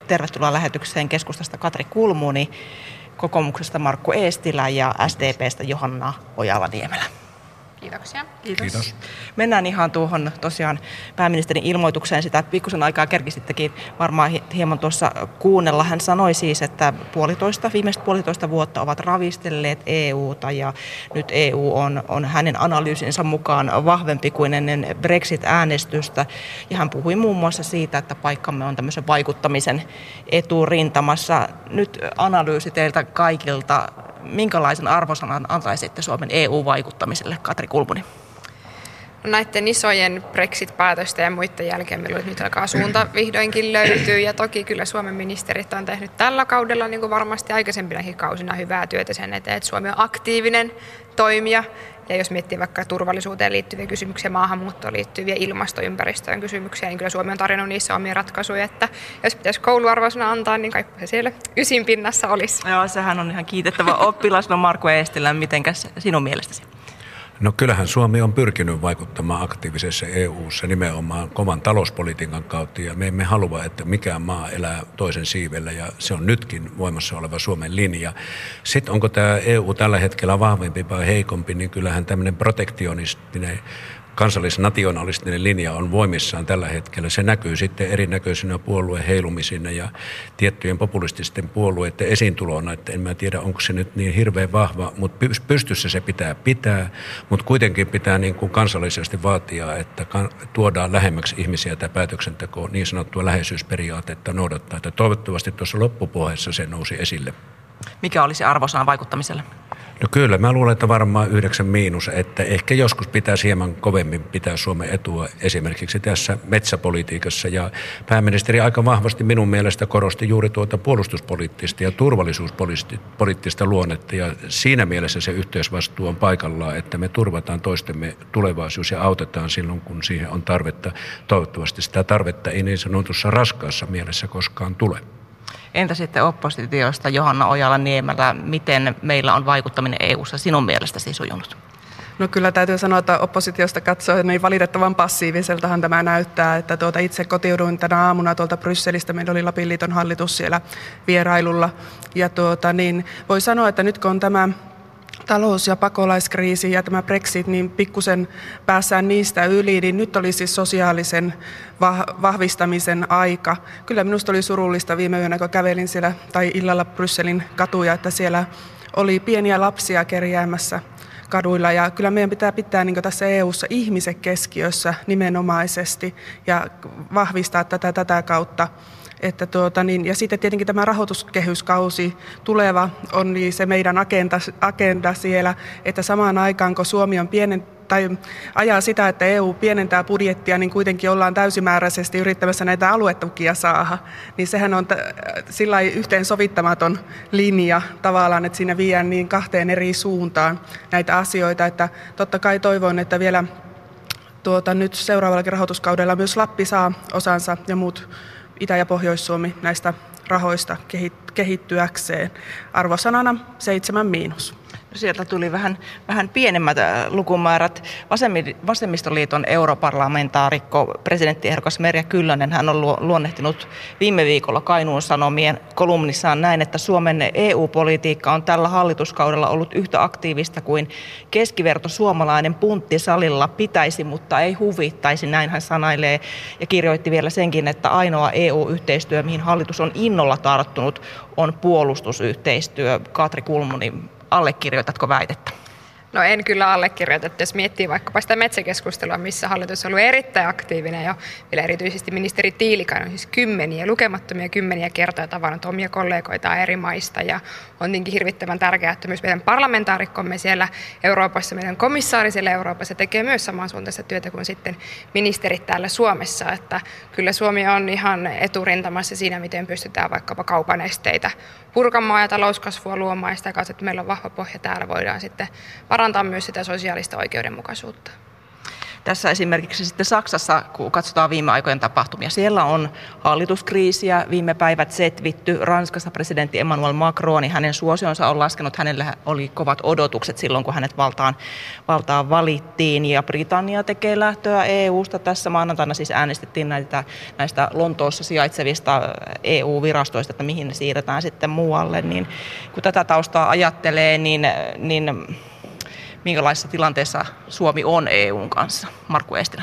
tervetuloa lähetykseen keskustasta Katri Kulmuni, kokoomuksesta Markku Eestilä ja SDPstä Johanna Ojala-Niemelä. Kiitoksia. Kiitos. Mennään ihan tuohon tosiaan pääministerin ilmoitukseen. Sitä pikkusen aikaa kerkisittekin varmaan hieman tuossa kuunnella. Hän sanoi siis, että viimeiset puolitoista vuotta ovat ravistelleet EUta ja nyt EU on hänen analyysinsa mukaan vahvempi kuin ennen Brexit-äänestystä. Ja hän puhui muun muassa siitä, että paikkamme on tämmöisen vaikuttamisen eturintamassa. Nyt analyysi teiltä kaikilta. Minkälaisen arvosanan antaisitte Suomen EU-vaikuttamiselle, Katri Kulmuni? Näiden isojen Brexit-päätösten ja muiden jälkeen meillä nyt alkaa suunta vihdoinkin löytyy. Ja toki kyllä Suomen ministerit on tehnyt tällä kaudella, niin kuin varmasti aikaisempinakin kausina, hyvää työtä sen eteen, että Suomi on aktiivinen toimija. Ja jos miettii vaikka turvallisuuteen liittyviä kysymyksiä, maahanmuuttoon liittyviä, ilmastoympäristöön kysymyksiä, niin kyllä Suomi on tarjonnut niissä omia ratkaisuja. Että jos pitäisi kouluarvoisena antaa, niin kai se siellä 9 pinnassa olisi. Joo, sehän on ihan kiitettävä oppilas. No Markku Eestilä, mitenkäs sinun mielestäsi? No kyllähän Suomi on pyrkinyt vaikuttamaan aktiivisessa EU:ssa nimenomaan kovan talouspolitiikan kautta ja me emme halua, että mikään maa elää toisen siivellä ja se on nytkin voimassa oleva Suomen linja. Sitten onko tämä EU tällä hetkellä vahvempi vai heikompi, niin kyllähän tämmöinen protektionistinen kansallisnationalistinen linja on voimissaan tällä hetkellä. Se näkyy sitten erinäköisinä puolueen heilumisina ja tiettyjen populististen puolueiden esiintulona, että en mä tiedä, onko se nyt niin hirveän vahva, mutta pystyssä se pitää, mutta kuitenkin pitää niin kuin kansallisesti vaatia, että tuodaan lähemmäksi ihmisiä tämä päätöksenteko, niin sanottua läheisyysperiaatetta noudattaa, että toivottavasti tuossa loppupuheessa se nousi esille. Mikä olisi arvosana vaikuttamiselle? No kyllä, mä luulen, että varmaan 9-, että ehkä joskus pitäisi hieman kovemmin pitää Suomen etua esimerkiksi tässä metsäpolitiikassa. Ja pääministeri aika vahvasti minun mielestä korosti juuri tuota puolustuspoliittista ja turvallisuuspoliittista luonnetta. Ja siinä mielessä se yhteisvastuu on paikallaan, että me turvataan toistemme tulevaisuus ja autetaan silloin, kun siihen on tarvetta. Toivottavasti sitä tarvetta ei niin sanotussa raskaassa mielessä koskaan tule. Entä sitten oppositiosta, Johanna Ojala-Niemelä, miten meillä on vaikuttaminen EU:ssa sinun mielestäsi sujunut? No kyllä täytyy sanoa, että oppositiosta katsoen niin valitettavan passiiviseltahan tämä näyttää, että itse kotiuduin tänä aamuna tuolta Brysselistä, meillä oli Lapin liiton hallitus siellä vierailulla ja voi sanoa, että nyt kun on tämä talous- ja pakolaiskriisi ja tämä Brexit, niin pikkusen päässään niistä yli, niin nyt oli siis sosiaalisen vahvistamisen aika. Kyllä minusta oli surullista viime yönä, kun kävelin siellä tai illalla Brysselin katuja, että siellä oli pieniä lapsia kerjäämässä kaduilla ja kyllä meidän pitää niin tässä EU:ssa ihmiset keskiössä nimenomaisesti ja vahvistaa tätä kautta. Että ja sitten tietenkin tämä rahoituskehyskausi tuleva on niin se meidän agenda siellä, että samaan aikaan kun Suomi on ajaa sitä, että EU pienentää budjettia, niin kuitenkin ollaan täysimääräisesti yrittämässä näitä aluetukia saada. Niin sehän on sillä yhteen sovittamaton linja tavallaan, että siinä viedään niin 2 eri suuntaan näitä asioita, että totta kai toivon, että vielä nyt seuraavallakin rahoituskaudella myös Lappi saa osansa ja muut Itä- ja Pohjois-Suomi näistä rahoista kehittyäkseen. Arvosanana 7-. Sieltä tuli vähän pienemmät lukumäärät. Vasemmistoliiton europarlamentaarikko, presidenttiehdokas Merja Kyllönen, hän on luonnehtinut viime viikolla Kainuun Sanomien kolumnissaan näin, että Suomen EU-politiikka on tällä hallituskaudella ollut yhtä aktiivista kuin keskiverto suomalainen puntti salilla pitäisi, mutta ei huvittaisi. Näin hän sanailee ja kirjoitti vielä senkin, että ainoa EU-yhteistyö, mihin hallitus on innolla tarttunut, on puolustusyhteistyö. Katri Kulmuni, allekirjoitatko väitettä? No en kyllä allekirjoita, että jos miettii vaikkapa sitä metsäkeskustelua, missä hallitus on ollut erittäin aktiivinen ja vielä erityisesti ministeri Tiilikainen on siis lukemattomia kymmeniä kertoja tavannut omia kollegoitaan eri maista ja on tietenkin hirvittävän tärkeää, että myös meidän parlamentaarikkomme siellä Euroopassa, meidän komissaari siellä Euroopassa tekee myös samansuuntaista työtä kuin sitten ministerit täällä Suomessa, että kyllä Suomi on ihan eturintamassa siinä, miten pystytään vaikkapa kaupan esteitä purkamaan ja talouskasvua luomaan ja sitä kautta, että meillä on vahva pohja täällä, voidaan sitten parantaa myös sitä sosiaalista oikeudenmukaisuutta. Tässä esimerkiksi sitten Saksassa, kun katsotaan viime aikojen tapahtumia, siellä on hallituskriisiä, viime päivät setvitty. Ranskassa presidentti Emmanuel Macron, hänen suosionsa on laskenut, hänellä oli kovat odotukset silloin, kun hänet valtaan valittiin. Ja Britannia tekee lähtöä EUsta. Tässä maanantaina siis äänestettiin näistä Lontoossa sijaitsevista EU-virastoista, että mihin ne siirretään sitten muualle. Niin, kun tätä taustaa ajattelee, niin minkälaisessa tilanteessa Suomi on EUn kanssa? Markku Eestilä.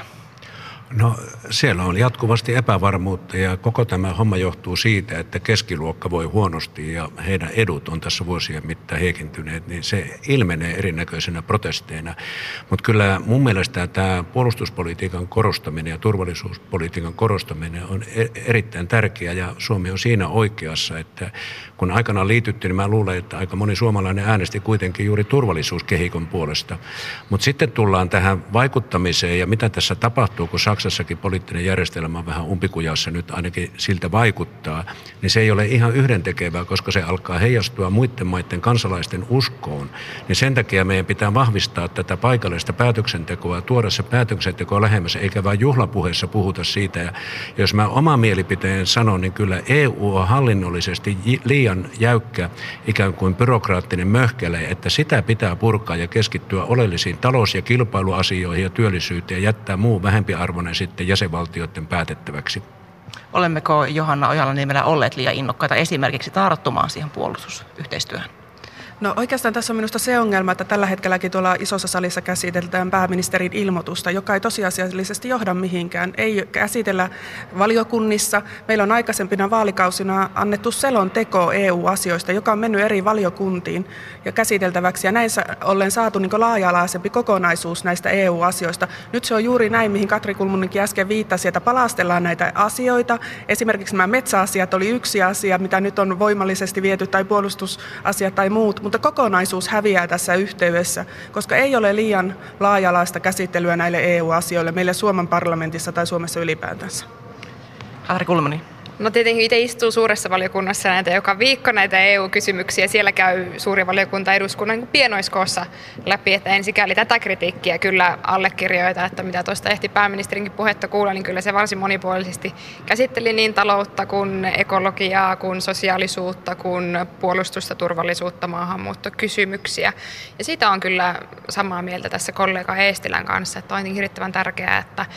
No siellä on jatkuvasti epävarmuutta ja koko tämä homma johtuu siitä, että keskiluokka voi huonosti ja heidän edut on tässä vuosien mittaan heikentyneet, niin se ilmenee erinäköisenä protesteina. Mutta kyllä mun mielestä tämä puolustuspolitiikan korostaminen ja turvallisuuspolitiikan korostaminen on erittäin tärkeä ja Suomi on siinä oikeassa, että kun aikanaan liityttiin, niin mä luulen, että aika moni suomalainen äänesti kuitenkin juuri turvallisuuskehikon puolesta. Mutta sitten tullaan tähän vaikuttamiseen ja mitä tässä tapahtuu, kun Saksassakin poliittinen järjestelmä on vähän umpikujassa nyt ainakin siltä vaikuttaa, niin se ei ole ihan yhdentekevää, koska se alkaa heijastua muiden maiden kansalaisten uskoon. Niin sen takia meidän pitää vahvistaa tätä paikallista päätöksentekoa, tuoda se päätöksenteko lähemmäs, eikä vain juhlapuheessa puhuta siitä. Ja jos mä oma mielipiteen sanon, niin kyllä EU on hallinnollisesti liian jäykkä, ikään kuin byrokraattinen möhkäle, että sitä pitää purkaa ja keskittyä oleellisiin talous- ja kilpailuasioihin ja työllisyyteen ja jättää muu vähempi arvoinen sitten jäsenvaltioiden päätettäväksi. Olemmeko Johanna Ojala-Niemelä olleet liian innokkaita esimerkiksi tarttumaan siihen puolustusyhteistyöhön? No oikeastaan tässä on minusta se ongelma, että tällä hetkelläkin tuolla isossa salissa käsitellään pääministerin ilmoitusta, joka ei tosiasiallisesti johda mihinkään. Ei käsitellä valiokunnissa. Meillä on aikaisempina vaalikausina annettu selonteko EU-asioista, joka on mennyt eri valiokuntiin ja käsiteltäväksi. Ja näin ollen saatu niin laaja-alaisempi kokonaisuus näistä EU-asioista. Nyt se on juuri näin, mihin Katri Kulmunenkin äsken viittasi, että palastellaan näitä asioita. Esimerkiksi nämä metsäasiat oli yksi asia, mitä nyt on voimallisesti viety, tai puolustusasiat tai muut. Mutta kokonaisuus häviää tässä yhteydessä, koska ei ole liian laaja-alaista käsittelyä näille EU-asioille meille Suomen parlamentissa tai Suomessa ylipäätänsä. Katri Kulmuni. No tietenkin itse istuu suuressa valiokunnassa näitä joka viikko näitä EU-kysymyksiä. Siellä käy suuri valiokunta eduskunnan pienoiskoossa läpi, että en sikäli tätä kritiikkiä kyllä allekirjoita, että mitä tuosta ehti pääministerinkin puhetta kuulla, niin kyllä se varsin monipuolisesti käsitteli niin taloutta kuin ekologiaa, kuin sosiaalisuutta, kuin puolustusta, turvallisuutta, maahanmuuttokysymyksiä. Ja siitä on kyllä samaa mieltä tässä kollega Eestilän kanssa, että on hirvittävän tärkeää, että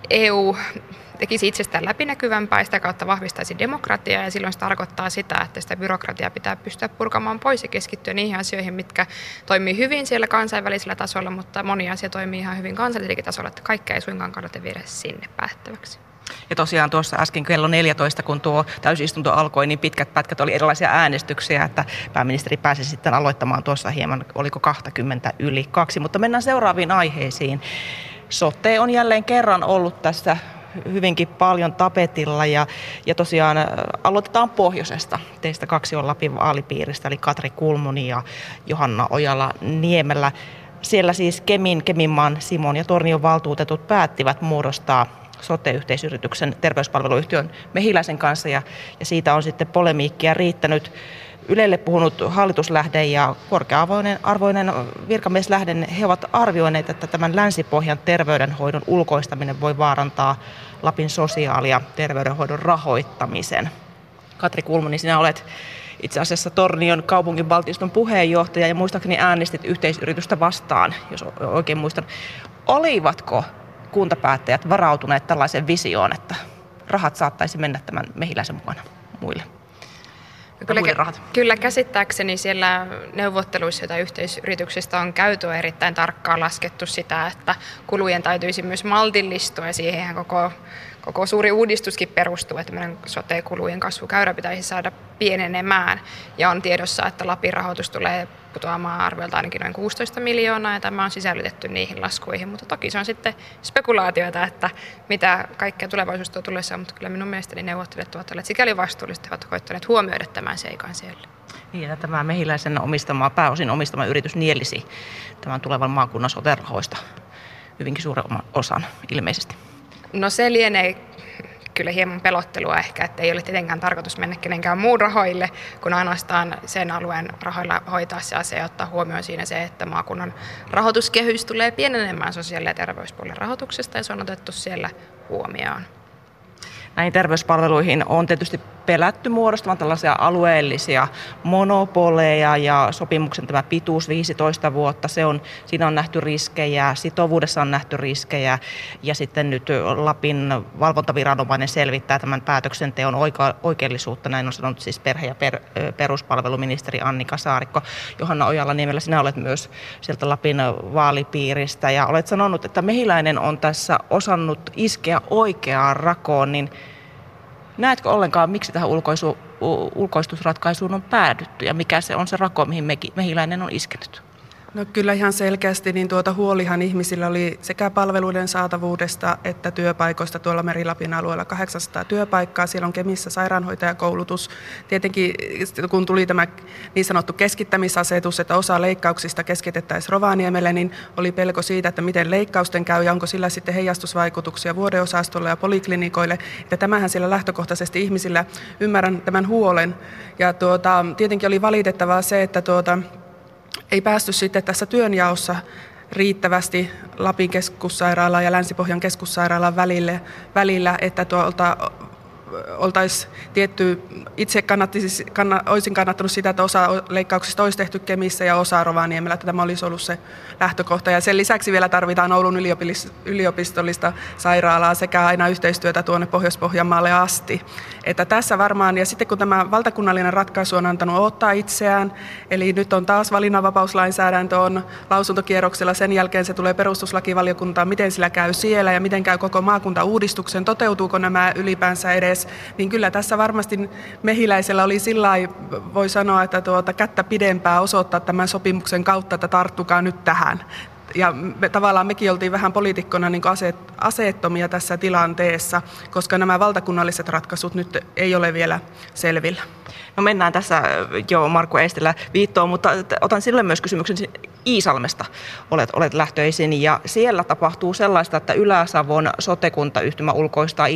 EU tekisi itsestään läpinäkyvämpää ja sitä kautta vahvistaisi demokratiaa ja silloin se tarkoittaa sitä, että sitä byrokratiaa pitää pystyä purkamaan pois ja keskittyä niihin asioihin, mitkä toimii hyvin siellä kansainvälisellä tasolla, mutta moni asia toimii ihan hyvin kansallisellakin tasolla, että kaikkea ei suinkaan kannata viedä sinne päättäväksi. Ja tosiaan tuossa äsken kello 14, kun tuo täysistunto alkoi, niin pitkät pätkät oli erilaisia äänestyksiä, että pääministeri pääsi sitten aloittamaan tuossa hieman, oliko 20 yli 2, mutta mennään seuraaviin aiheisiin. Sote on jälleen kerran ollut tässä hyvinkin paljon tapetilla ja tosiaan aloitetaan pohjoisesta. Teistä 2 on Lapin vaalipiiristä, eli Katri Kulmuni ja Johanna Ojala-Niemelä. Siellä siis Keminmaan Simon ja Tornion valtuutetut päättivät muodostaa sote-yhteisyrityksen terveyspalveluyhtiön Mehiläisen kanssa ja siitä on sitten polemiikkia riittänyt. Ylelle puhunut hallituslähde ja korkea-arvoinen virkamieslähde, he ovat arvioineet, että tämän Länsi-Pohjan terveydenhoidon ulkoistaminen voi vaarantaa Lapin sosiaali- ja terveydenhoidon rahoittamisen. Katri Kulmuni, sinä olet itse asiassa Tornion kaupunginvaltuuston puheenjohtaja ja muistaakseni äänestit yhteisyritystä vastaan, jos oikein muistan. Olivatko kuntapäättäjät varautuneet tällaiseen visioon, että rahat saattaisi mennä tämän Mehiläisen mukana muille? Kyllä käsittääkseni siellä neuvotteluissa, joita yhteisyrityksistä on käyty, on erittäin tarkkaan laskettu sitä, että kulujen täytyisi myös maltillistua ja siihen koko suuri uudistuskin perustuu, että meidän sote-kulujen kasvukäyrä pitäisi saada pienenemään ja on tiedossa, että Lapin rahoitus tulee putoamaan arviolta ainakin noin 16 miljoonaa ja tämä on sisällytetty niihin laskuihin, mutta toki se on sitten spekulaatioita, että mitä kaikkea tulevaisuus tuo tullessaan, mutta kyllä minun mielestäni neuvottelijat ovat olleet sikäli vastuullisesti, ovat koittaneet huomioida tämän seikan siellä. Niin, että tämä Mehiläisen pääosin omistama yritys nielisi tämän tulevan maakunnan sote-rahoista hyvinkin suuren osan ilmeisesti. No se lienee kyllä hieman pelottelua ehkä, että ei ole tietenkään tarkoitus mennä kenenkään muun rahoille, kun ainoastaan sen alueen rahoilla hoitaa se asia ja ottaa huomioon siinä se, että maakunnan rahoituskehys tulee pienenemään sosiaali- ja terveyspuolen rahoituksesta ja se on otettu siellä huomioon. Näihin terveyspalveluihin on tietysti pelätty muodostamaan tällaisia alueellisia monopoleja ja sopimuksen tämä pituus 15 vuotta, siinä on nähty riskejä, sitovuudessa on nähty riskejä ja sitten nyt Lapin valvontaviranomainen selvittää tämän päätöksenteon oikeellisuutta, näin on sanonut siis perhe- ja peruspalveluministeri Annika Saarikko. Johanna Ojala-Niemelä, sinä olet myös sieltä Lapin vaalipiiristä ja olet sanonut, että Mehiläinen on tässä osannut iskeä oikeaan rakoon, niin näetkö ollenkaan, miksi tähän ulkoistusratkaisuun on päädytty ja mikä se on se rako, mihin Mehiläinen on iskenyt? No kyllä ihan selkeästi, niin huolihan ihmisillä oli sekä palveluiden saatavuudesta että työpaikoista tuolla Meri-Lapin alueella 800 työpaikkaa. Siellä on Kemissä sairaanhoitajakoulutus. Tietenkin kun tuli tämä niin sanottu keskittämisasetus, että osa leikkauksista keskitettäisiin Rovaniemelle, niin oli pelko siitä, että miten leikkausten käy ja onko sillä sitten heijastusvaikutuksia vuodeosastolle ja poliklinikoille. Että tämähän siellä lähtökohtaisesti ihmisillä, ymmärrän tämän huolen. Ja tietenkin oli valitettavaa se, että ei päästy sitten tässä työnjaossa riittävästi Lapin keskussairaalan ja Länsi-Pohjan keskussairaalan välillä, että oltaisiin tietty, itse olisin kannattanut sitä, että osa leikkauksista olisi tehty Kemissä ja osa Rovaniemellä, että tämä olisi ollut se lähtökohta. Ja sen lisäksi vielä tarvitaan Oulun yliopistollista sairaalaa sekä aina yhteistyötä tuonne Pohjois-Pohjanmaalle asti. Että tässä varmaan, ja sitten kun tämä valtakunnallinen ratkaisu on antanut odottaa itseään, eli nyt on taas valinnanvapauslainsäädäntö on lausuntokierroksella, sen jälkeen se tulee perustuslakivaliokuntaan, miten sillä käy siellä ja miten käy koko maakuntauudistuksen, toteutuuko nämä ylipäänsä edes, niin kyllä tässä varmasti Mehiläisellä oli sillai, voi sanoa, että kättä pidempää osoittaa tämän sopimuksen kautta, että tarttukaa nyt tähän. Ja tavallaan mekin oltiin vähän poliitikkona niin aseettomia tässä tilanteessa, koska nämä valtakunnalliset ratkaisut nyt ei ole vielä selvillä. No mennään tässä jo Markku Eestilä viittoon, mutta otan sille myös kysymyksen Iisalmesta. Olet lähtöisin ja tapahtuu sellaista, että Ylä-Savon sote-kuntayhtymä ulkoistaa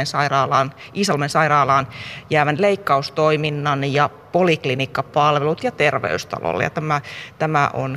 Iisalmen sairaalaan jäävän leikkaustoiminnan ja poliklinikkapalvelut ja terveystalolle. Ja tämä on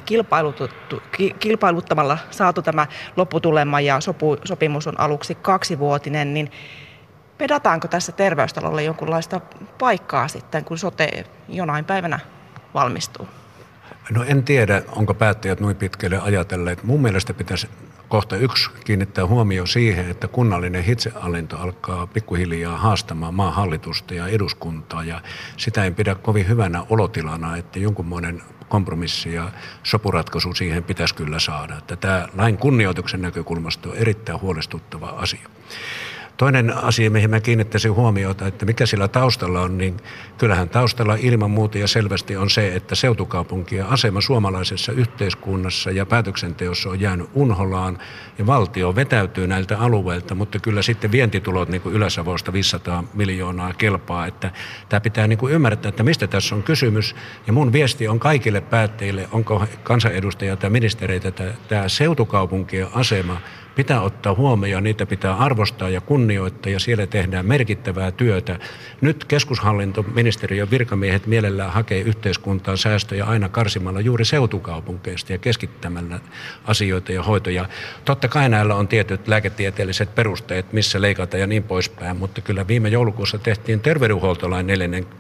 kilpailuttamalla saatu tämä lopputulema ja sopimus on aluksi 2-vuotinen, niin pedataanko tässä terveystalolle jonkunlaista paikkaa sitten, kun sote jonain päivänä valmistuu? No en tiedä, onko päättäjät noin pitkälle ajatelleet. Mun mielestä pitäisi kohta 1 kiinnittää huomioon siihen, että kunnallinen itsehallinto alkaa pikkuhiljaa haastamaan maan hallitusta ja eduskuntaa. Ja sitä en pidä kovin hyvänä olotilana, että jonkunmoinen kompromissi ja sopuratkaisu siihen pitäisi kyllä saada. Että tämä lain kunnioituksen näkökulmasta on erittäin huolestuttava asia. Toinen asia, mihin mä kiinnittäisin huomiota, että mikä sillä taustalla on, niin kyllähän taustalla ilman muuta ja selvästi on se, että seutukaupunkien asema suomalaisessa yhteiskunnassa ja päätöksenteossa on jäänyt unholaan ja valtio vetäytyy näiltä alueilta, mutta kyllä sitten vientitulot niin kuin Ylä-Savosta 500 miljoonaa kelpaa, että tämä pitää niin kuin ymmärtää, että mistä tässä on kysymys ja mun viesti on kaikille päättäjille, onko kansanedustajia tai ministereitä, että tämä seutukaupunkien asema pitää ottaa huomioon, niitä pitää arvostaa ja kunnioittaa ja siellä tehdään merkittävää työtä. Nyt keskushallintoministeriön virkamiehet mielellään hakee yhteiskuntaan säästöjä aina karsimalla juuri seutukaupunkeista ja keskittämällä asioita ja hoitoja. Totta kai näillä on tietyt lääketieteelliset perusteet, missä leikataan ja niin poispäin, mutta kyllä viime joulukuussa tehtiin terveydenhuoltolain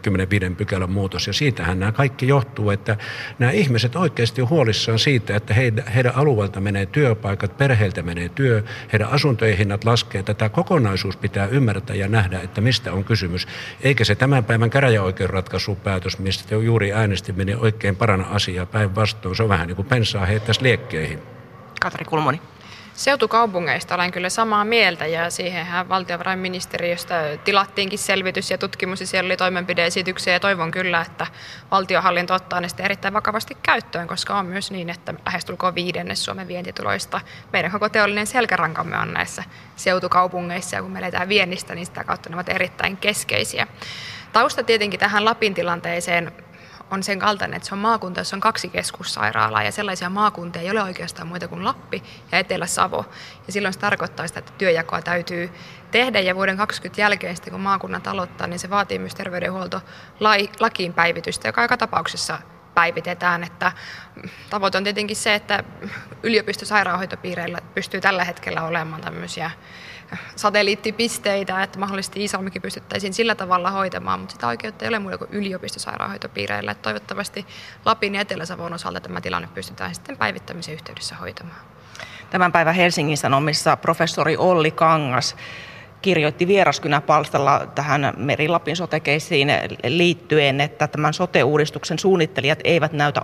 45 pykälän muutos ja siitähän nämä kaikki johtuu, että nämä ihmiset oikeasti on huolissaan siitä, että heidän alueelta menee työpaikat, perheiltä menee työ, heidän asuntojen hinnat laskee. Tätä kokonaisuus pitää ymmärtää ja nähdä, että mistä on kysymys. Eikä se tämän päivän käräjäoikeuden ratkaisupäätös, mistä juuri äänestimme, niin oikein paranna asiaa päinvastoin. Se on vähän niin kuin pensaa heittäisi liekkeihin. Katri Kulmuni. Seutukaupungeista olen kyllä samaa mieltä ja siihenhän valtiovarainministeriöstä tilattiinkin selvitys ja tutkimus ja siellä oli toimenpideesityksiä ja toivon kyllä, että valtionhallinto ottaa ne sitten erittäin vakavasti käyttöön, koska on myös niin, että lähestulkoon 1/5 Suomen vientituloista meidän koko teollinen selkärankamme on näissä seutukaupungeissa ja kun me eletään viennistä, niin sitä kautta ne ovat erittäin keskeisiä. Tausta tietenkin tähän Lapin tilanteeseen on sen kaltainen, että se on maakunta, jossa on 2 keskussairaalaa ja sellaisia maakuntia ei ole oikeastaan muita kuin Lappi ja Etelä-Savo. Ja silloin se tarkoittaa sitä, että työnjakoa täytyy tehdä ja vuoden 2020 jälkeen sitten kun maakunnat aloittaa, niin se vaatii myös terveydenhuoltolakiin päivitystä, joka joka tapauksessa päivitetään, että tavoite on tietenkin se, että yliopistosairaanhoitopiireillä pystyy tällä hetkellä olemaan tämmöisiä satelliittipisteitä, että mahdollisesti Iisalmikin pystyttäisiin sillä tavalla hoitamaan, mutta sitä oikeutta ei ole muuta kuin yliopistosairaanhoitopiireillä. Että toivottavasti Lapin ja Etelä-Savon osalta tämä tilanne pystytään sitten päivittämisen yhteydessä hoitamaan. Tämän päivän Helsingin Sanomissa professori Olli Kangas kirjoitti Vieraskynä-palstalla tähän Meri-Lapin sote-keissiin liittyen, että tämän sote-uudistuksen suunnittelijat eivät näytä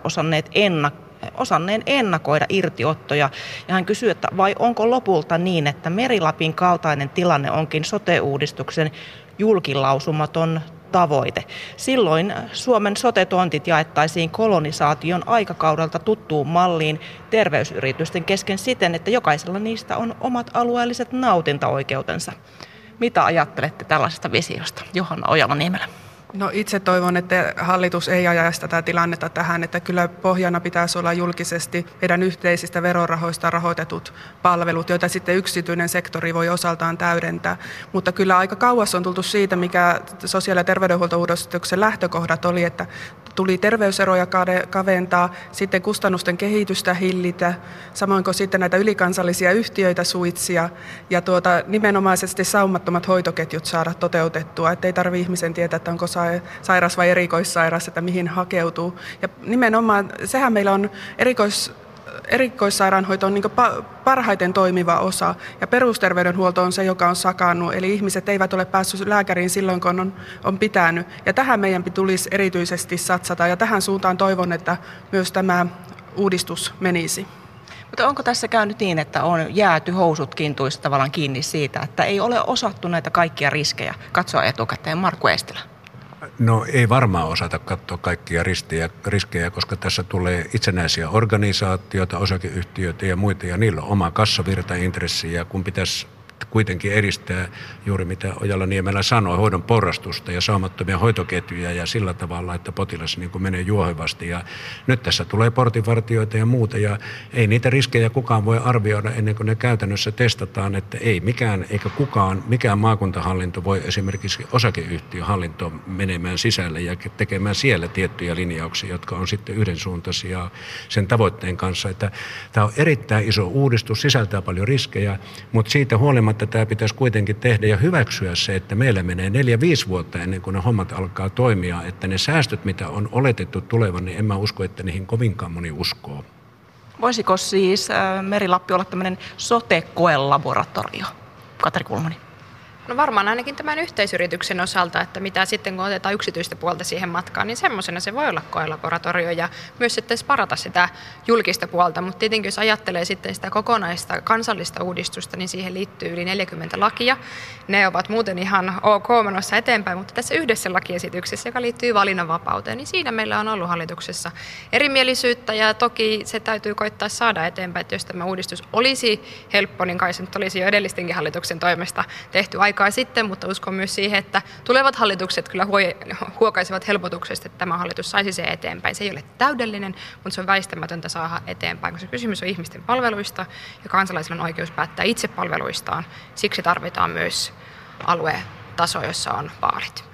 osanneen ennakoida irtiottoja. Ja hän kysyy, että vai onko lopulta niin, että Meri-Lapin kaltainen tilanne onkin sote-uudistuksen julkilausumaton tavoite. Silloin Suomen sote-tontit jaettaisiin kolonisaation aikakaudelta tuttuun malliin terveysyritysten kesken siten, että jokaisella niistä on omat alueelliset nautintaoikeutensa. Mitä ajattelette tällaisesta visiosta, Johanna Ojala-Niemelä? No itse toivon, että hallitus ei ajaisi tätä tilannetta tähän, että kyllä pohjana pitäisi olla julkisesti meidän yhteisistä verorahoista rahoitetut palvelut, joita sitten yksityinen sektori voi osaltaan täydentää. Mutta kyllä aika kauas on tultu siitä, mikä sosiaali- ja terveydenhuoltouudistuksen lähtökohdat oli, että tuli terveyseroja kaventaa, sitten kustannusten kehitystä hillitä, samoin kuin sitten näitä ylikansallisia yhtiöitä suitsia ja nimenomaisesti saumattomat hoitoketjut saada toteutettua, ettei tarvitse ihmisen tietää, että onko sairas vai erikoissairas, että mihin hakeutuu. Ja nimenomaan sehän meillä on erikoissairaanhoito on niin parhaiten toimiva osa ja perusterveydenhuolto on se, joka on sakannut. Eli ihmiset eivät ole päässyt lääkäriin silloin, kun on pitänyt. Ja tähän meidän tulisi erityisesti satsata ja tähän suuntaan toivon, että myös tämä uudistus menisi. Mutta onko tässä käynyt niin, että on jääty housut kintuista tavallaan kiinni siitä, että ei ole osattu näitä kaikkia riskejä katsoa etukäteen? Markku Eestilä. No ei varmaan osata katsoa kaikkia riskejä, koska tässä tulee itsenäisiä organisaatioita, osakeyhtiöitä ja muita, ja niillä on oma kassavirtaintressi, ja kun pitäisi kuitenkin edistää juuri mitä Ojala-Niemelä sanoi, hoidon porrastusta ja saumattomia hoitoketjuja ja sillä tavalla, että potilas niin kuin menee juohevasti. Ja nyt tässä tulee portinvartijoita ja muuta ja ei niitä riskejä kukaan voi arvioida ennen kuin ne käytännössä testataan, että ei mikään maakuntahallinto voi esimerkiksi osakeyhtiöhallintoon menemään sisälle ja tekemään siellä tiettyjä linjauksia, jotka on sitten yhdensuuntaisia sen tavoitteen kanssa. Että tämä on erittäin iso uudistus, sisältää paljon riskejä, mutta siitä huolimatta tämä pitäisi kuitenkin tehdä ja hyväksyä se, että meillä menee 4-5 vuotta ennen kuin ne hommat alkaa toimia, että ne säästöt, mitä on oletettu tulevan, niin en mä usko, että niihin kovinkaan moni uskoo. Voisiko siis Meri-Lappi olla tämmöinen sote-koelaboratorio? Katri Kulmuni. No varmaan ainakin tämän yhteisyrityksen osalta, että mitä sitten kun otetaan yksityistä puolta siihen matkaan, niin semmoisena se voi olla koelaboratorio ja myös sitten sparata sitä julkista puolta, mutta tietenkin jos ajattelee sitten sitä kokonaista kansallista uudistusta, niin siihen liittyy yli 40 lakia. Ne ovat muuten ihan ok menossa eteenpäin, mutta tässä yhdessä lakiesityksessä, joka liittyy valinnanvapauteen, niin siinä meillä on ollut hallituksessa erimielisyyttä ja toki se täytyy koittaa saada eteenpäin, että jos tämä uudistus olisi helppo, niin kai se nyt olisi jo edellistenkin hallituksen toimesta tehty aikaa sitten, mutta uskon myös siihen, että tulevat hallitukset kyllä huokaisivat helpotuksesta, että tämä hallitus saisi se eteenpäin. Se ei ole täydellinen, mutta se on väistämätöntä saada eteenpäin, koska kysymys on ihmisten palveluista ja kansalaisilla on oikeus päättää itse palveluistaan. Siksi tarvitaan myös aluetaso, jossa on vaalit.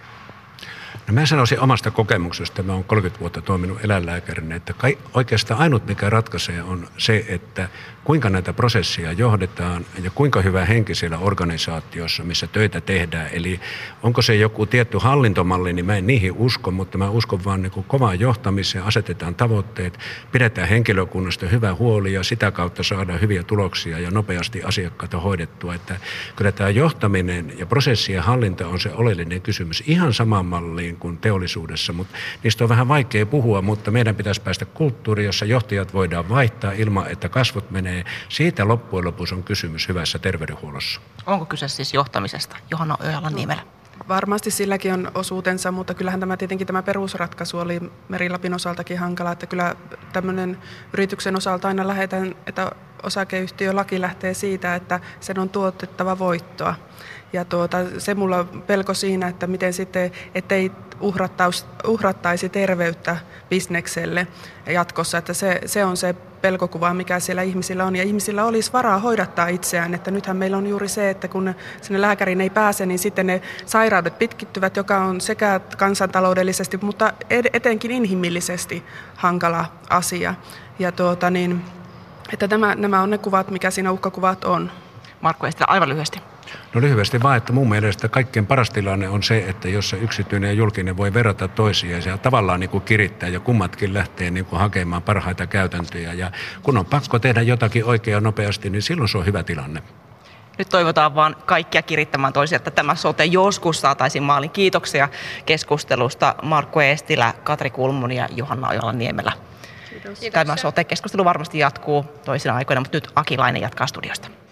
No mä sanoisin omasta kokemuksesta, mä oon 30 vuotta toiminut eläinlääkärinä, että oikeastaan ainut mikä ratkaisee on se, että kuinka näitä prosesseja johdetaan ja kuinka hyvä henki siellä organisaatiossa, missä töitä tehdään. Eli onko se joku tietty hallintomalli, niin mä en niihin usko, mutta mä uskon vaan niin kuin kovaan johtamiseen, asetetaan tavoitteet, pidetään henkilökunnasta hyvä huoli ja sitä kautta saadaan hyviä tuloksia ja nopeasti asiakkaita hoidettua. Että kyllä tämä johtaminen ja prosessien hallinta on se oleellinen kysymys ihan samaan malliin kuin teollisuudessa, mutta niistä on vähän vaikea puhua, mutta meidän pitäisi päästä kulttuuriin, jossa johtajat voidaan vaihtaa ilman, että kasvot menee. Siitä loppujen lopuksi on kysymys hyvässä terveydenhuollossa. Onko kyse siis johtamisesta? Johanna Ojala-Niemelä. Varmasti silläkin on osuutensa, mutta kyllähän tämä perusratkaisu oli Meri-Lapin osaltakin hankala, että kyllä tämmöinen yrityksen osalta aina lähdetään, että osakeyhtiölaki lähtee siitä, että sen on tuotettava voittoa. Ja se mulla on pelko siinä, että miten sitten, ettei uhrattaisi terveyttä bisnekselle jatkossa, että se on se pelkokuva, mikä siellä ihmisillä on, ja ihmisillä olisi varaa hoidattaa itseään, että nythän meillä on juuri se, että kun sinne lääkäriin ei pääse, niin sitten ne sairaudet pitkittyvät, joka on sekä kansantaloudellisesti, mutta etenkin inhimillisesti hankala asia, ja että nämä on ne kuvat, mikä siinä uhkakuvat on. Markku Eestilä, aivan lyhyesti. No lyhyesti vaan, että mun mielestä kaikkein paras tilanne on se, että jos se yksityinen ja julkinen voi verrata toisiaan, se tavallaan niin kuin kirittää ja kummatkin lähtee niin kuin hakemaan parhaita käytäntöjä. Ja kun on pakko tehdä jotakin oikein nopeasti, niin silloin se on hyvä tilanne. Nyt toivotaan vaan kaikkia kirittämään toisia, että tämä sote joskus saataisiin maaliin. Kiitoksia keskustelusta Markku Eestilä, Katri Kulmuni ja Johanna Ojala-Niemelä. Tämä sote-keskustelu varmasti jatkuu toisina aikoina, mutta nyt Aki Laine jatkaa studiosta.